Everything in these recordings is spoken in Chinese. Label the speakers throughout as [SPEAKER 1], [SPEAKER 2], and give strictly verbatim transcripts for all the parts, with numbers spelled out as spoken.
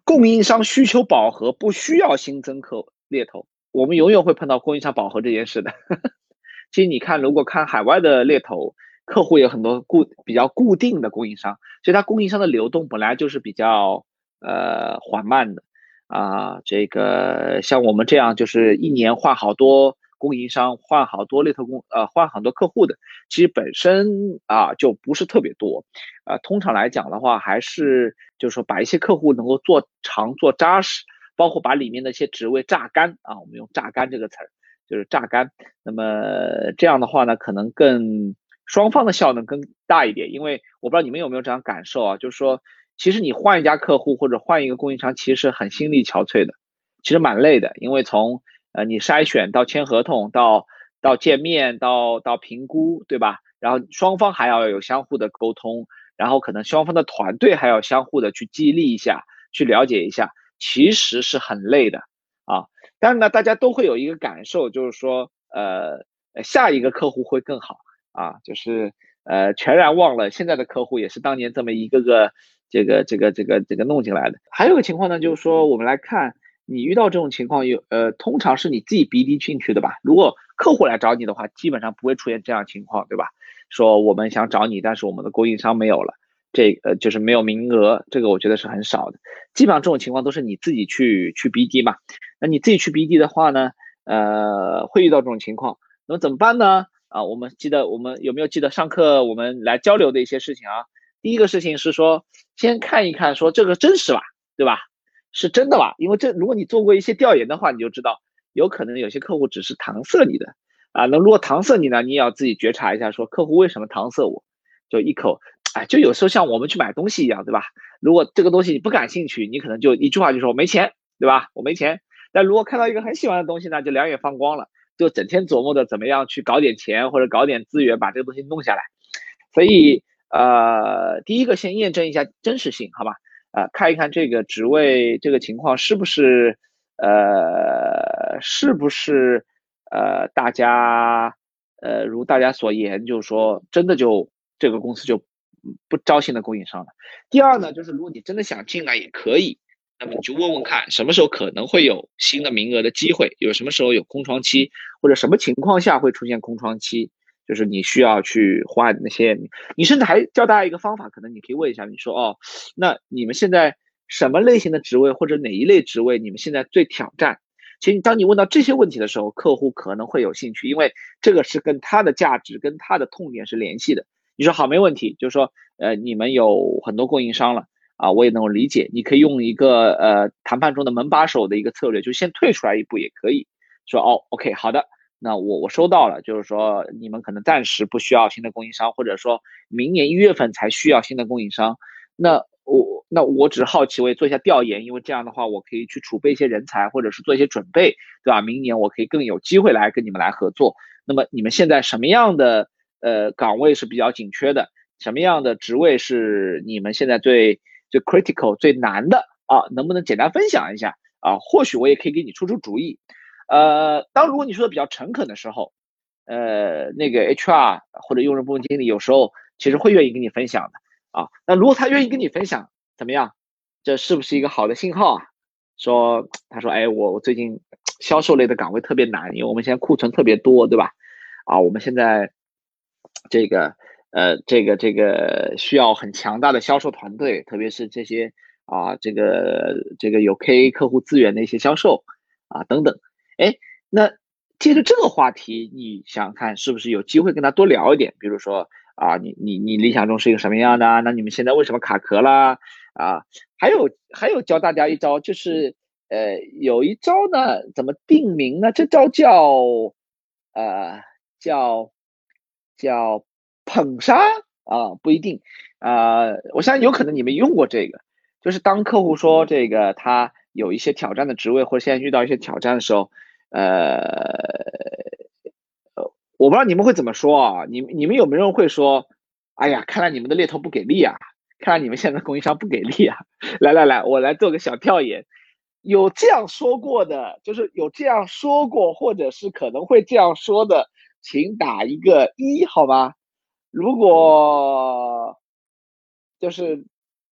[SPEAKER 1] 供应商需求饱和，不需要新增客猎头，我们永远会碰到供应商饱和这件事的。其实你看，如果看海外的猎头，客户有很多固比较固定的供应商，所以它供应商的流动本来就是比较呃缓慢的啊。这个像我们这样就是一年换好多供应商，换好多猎头公呃换很多客户的，其实本身啊就不是特别多。啊，通常来讲的话，还是就是说把一些客户能够做长做扎实，包括把里面的一些职位榨干啊，我们用榨干这个词儿，就是榨干。那么这样的话呢，可能更双方的效能更大一点。因为我不知道你们有没有这样感受啊，就是说，其实你换一家客户或者换一个供应商，其实很心力憔悴的，其实蛮累的。因为从呃你筛选到签合同到到见面到到评估，对吧？然后双方还要有相互的沟通，然后可能双方的团队还要相互的去激励一下，去了解一下，其实是很累的啊。但是呢，大家都会有一个感受，就是说，呃，下一个客户会更好啊，就是呃，全然忘了现在的客户也是当年这么一个个这个这个这个这个弄进来的。还有个情况呢，就是说我们来看，你遇到这种情况有呃，通常是你自己 B D 进去的吧？如果客户来找你的话，基本上不会出现这样的情况，对吧？说我们想找你，但是我们的供应商没有了。这呃就是没有名额，这个我觉得是很少的。基本上这种情况都是你自己去去 B D 嘛。那你自己去 B D 的话呢，呃，会遇到这种情况，那么怎么办呢？啊，我们记得我们有没有记得上课我们来交流的一些事情啊？第一个事情是说，先看一看说这个真实吧，对吧？是真的吧？因为这如果你做过一些调研的话，你就知道有可能有些客户只是搪塞你的啊。那如果搪塞你呢，你也要自己觉察一下，说客户为什么搪塞我，就一口。哎，就有时候像我们去买东西一样，对吧？如果这个东西你不感兴趣，你可能就一句话就说我没钱，对吧？我没钱。但如果看到一个很喜欢的东西呢，就两眼放光了，就整天琢磨着怎么样去搞点钱或者搞点资源把这个东西弄下来。所以呃，第一个先验证一下真实性，好吧？呃，看一看这个职位这个情况是不是呃是不是呃大家呃如大家所言，就是说真的就这个公司就不招新的供应商了。第二呢，就是如果你真的想进来也可以，那么你就问问看什么时候可能会有新的名额的机会，有什么时候有空窗期，或者什么情况下会出现空窗期，就是你需要去换那些。你甚至还教大家一个方法，可能你可以问一下，你说哦，那你们现在什么类型的职位或者哪一类职位你们现在最挑战？其实当你问到这些问题的时候，客户可能会有兴趣，因为这个是跟他的价值跟他的痛点是联系的。你说好，没问题，就是说呃你们有很多供应商了啊，我也能够理解，你可以用一个呃谈判中的门把手的一个策略，就先退出来一步也可以，说哦 OK 好的，那我我收到了，就是说你们可能暂时不需要新的供应商，或者说明年一月份才需要新的供应商。那我那我只是好奇，我也做一下调研，因为这样的话我可以去储备一些人才，或者是做一些准备，对吧？明年我可以更有机会来跟你们来合作。那么你们现在什么样的呃岗位是比较紧缺的？什么样的职位是你们现在最最 critical 最难的啊？能不能简单分享一下啊？或许我也可以给你出出主意。呃，当如果你说的比较诚恳的时候，呃，那个 H R 或者用人部门经理有时候其实会愿意跟你分享的啊。那如果他愿意跟你分享，怎么样？这是不是一个好的信号啊？说他说，哎，我我最近销售类的岗位特别难，因为我们现在库存特别多，对吧？啊，我们现在这个呃这个这个需要很强大的销售团队，特别是这些啊这个这个有 K A 客户资源的一些销售啊等等。哎，那借着这个话题，你想想看是不是有机会跟他多聊一点？比如说啊，你你你理想中是一个什么样的啊？那你们现在为什么卡壳啦？啊，还有还有教大家一招，就是呃有一招呢，怎么定名呢？这招叫呃叫叫捧杀啊，不一定啊，我相信有可能你们用过这个，就是当客户说这个他有一些挑战的职位，或者现在遇到一些挑战的时候，呃，我不知道你们会怎么说啊？你你们有没有人会说，哎呀，看来你们的猎头不给力啊，看来你们现在的供应商不给力啊。来来来，我来做个小调研，有这样说过的，就是有这样说过，或者是可能会这样说的，请打一个一好吗？如果就是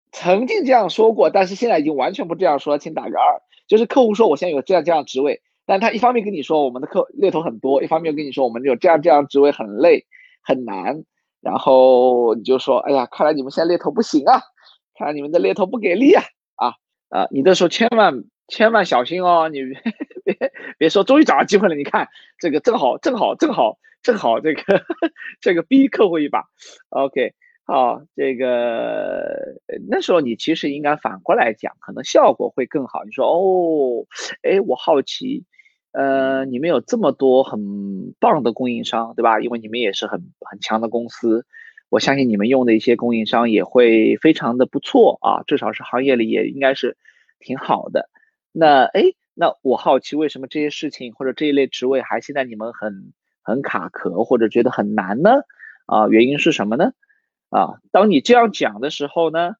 [SPEAKER 1] 曾经这样说过，但是现在已经完全不这样说了，请打个二。就是客户说我现在有这样这样职位，但他一方面跟你说我们的客猎头很多，一方面跟你说我们有这样这样职位很累很难，然后你就说，哎呀，看来你们现在猎头不行啊，看来你们的猎头不给力啊，啊啊，你这时候千万千万小心哦，你别别说终于找到机会了，你看这个正好正好正好正好这个这个逼客户一把，OK。好，这个那时候你其实应该反过来讲，可能效果会更好。你说哦，哎，我好奇，呃，你们有这么多很棒的供应商，对吧？因为你们也是很很强的公司，我相信你们用的一些供应商也会非常的不错啊，至少是行业里也应该是挺好的。那哎，那我好奇，为什么这些事情或者这一类职位还现在你们很很卡壳，或者觉得很难呢？啊，原因是什么呢？啊，当你这样讲的时候呢，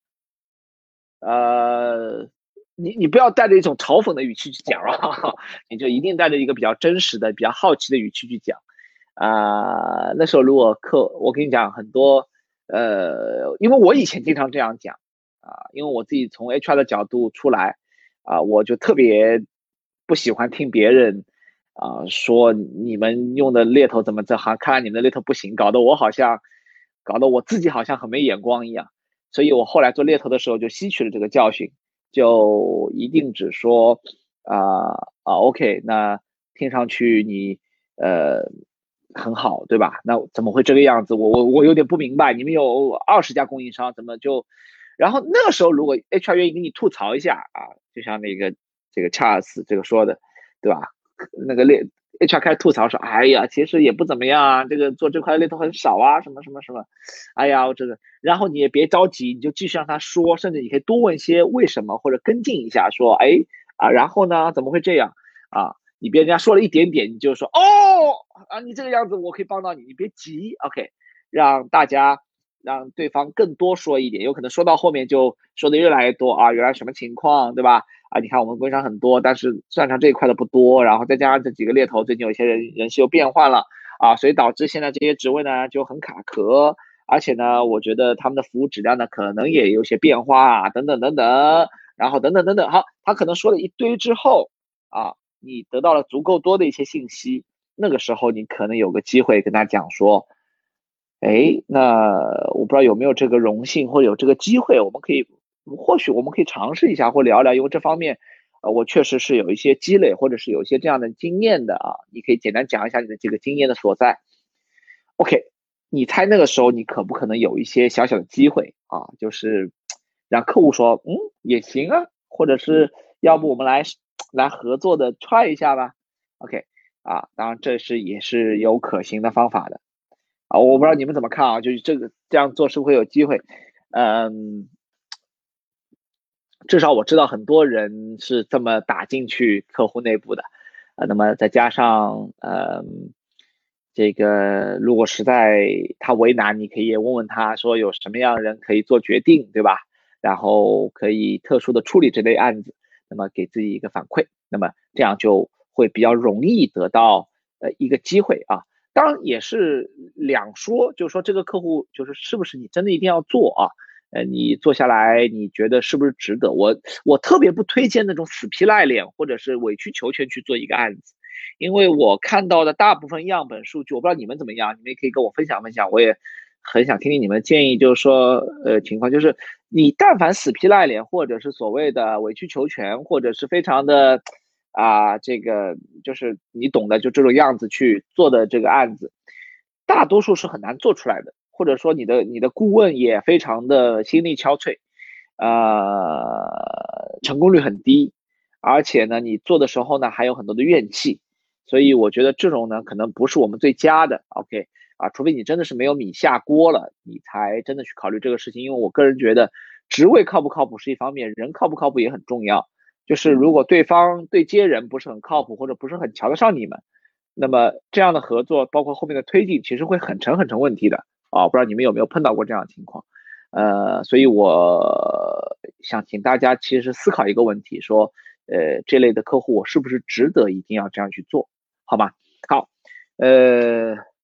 [SPEAKER 1] 呃，你你不要带着一种嘲讽的语气去讲啊，你就一定带着一个比较真实的、比较好奇的语气去讲。啊、那时候如果课，我跟你讲很多，呃，因为我以前经常这样讲啊、因为我自己从 H R 的角度出来啊、我就特别不喜欢听别人啊、说你们用的猎头怎么这行，看来你们的猎头不行，搞得我好像，搞得我自己好像很没眼光一样。所以我后来做猎头的时候就吸取了这个教训，就一定只说啊啊，OK，那听上去你呃很好，对吧？那怎么会这个样子？我我我有点不明白，你们有二十家供应商，怎么就？然后那个时候如果 H R 愿意跟你吐槽一下啊，就像那个这个 Charles 这个说的，对吧？那个猎 H R 开始吐槽说，哎呀，其实也不怎么样啊，这个做这块的猎头很少啊，什么什么什么，哎呀，我真的。然后你也别着急，你就继续让他说，甚至你可以多问一些为什么或者跟进一下，说，哎啊，然后呢，怎么会这样啊？你别人家说了一点点，你就说，哦啊，你这个样子我可以帮到你，你别急，OK，让大家让对方更多说一点，有可能说到后面就说的越来越多啊，原来什么情况，对吧？啊，你看我们供应商很多，但是擅长这一块的不多，然后再加上这几个猎头最近有一些人人事又变换了啊，所以导致现在这些职位呢就很卡壳，而且呢，我觉得他们的服务质量呢可能也有些变化啊，等等等等，然后等等等等，好，他可能说了一堆之后啊，你得到了足够多的一些信息，那个时候你可能有个机会跟他讲说，哎，那我不知道有没有这个荣幸或者有这个机会，我们可以或许我们可以尝试一下或聊聊，因为这方面，呃，我确实是有一些积累或者是有一些这样的经验的啊，你可以简单讲一下你的这个经验的所在。OK，你猜那个时候你可不可能有一些小小的机会啊？就是让客户说，嗯，也行啊，或者是要不我们来来合作的 try 一下吧。OK，啊，当然这是也是有可行的方法的啊。我不知道你们怎么看啊？就是这个这样做是不是会有机会？嗯，至少我知道很多人是这么打进去客户内部的，呃，那么再加上呃，这个如果实在他为难，你可以也问问他说有什么样的人可以做决定，对吧？然后可以特殊的处理这类案子，那么给自己一个反馈，那么这样就会比较容易得到呃一个机会啊。当然也是两说，就是说这个客户就是是不是你真的一定要做啊？呃，你做下来，你觉得是不是值得？我我特别不推荐那种死皮赖脸或者是委曲求全去做一个案子，因为我看到的大部分样本数据，我不知道你们怎么样，你们也可以跟我分享分享，我也很想听听你们的建议，就是说，呃，情况就是你但凡死皮赖脸，或者是所谓的委曲求全，或者是非常的啊，这个就是你懂的，就这种样子去做的这个案子，大多数是很难做出来的。或者说你的你的顾问也非常的心力憔悴，呃，成功率很低，而且呢，你做的时候呢还有很多的怨气，所以我觉得这种呢可能不是我们最佳的，OK 啊，除非你真的是没有米下锅了，你才真的去考虑这个事情，因为我个人觉得职位靠不靠谱是一方面，人靠不靠谱也很重要，就是如果对方对接人不是很靠谱，或者不是很瞧得上你们，那么这样的合作，包括后面的推进，其实会很成很成问题的。啊，不知道你们有没有碰到过这样的情况？呃，所以我想请大家其实思考一个问题，说，呃，这类的客户我是不是值得一定要这样去做，好吗？好，呃，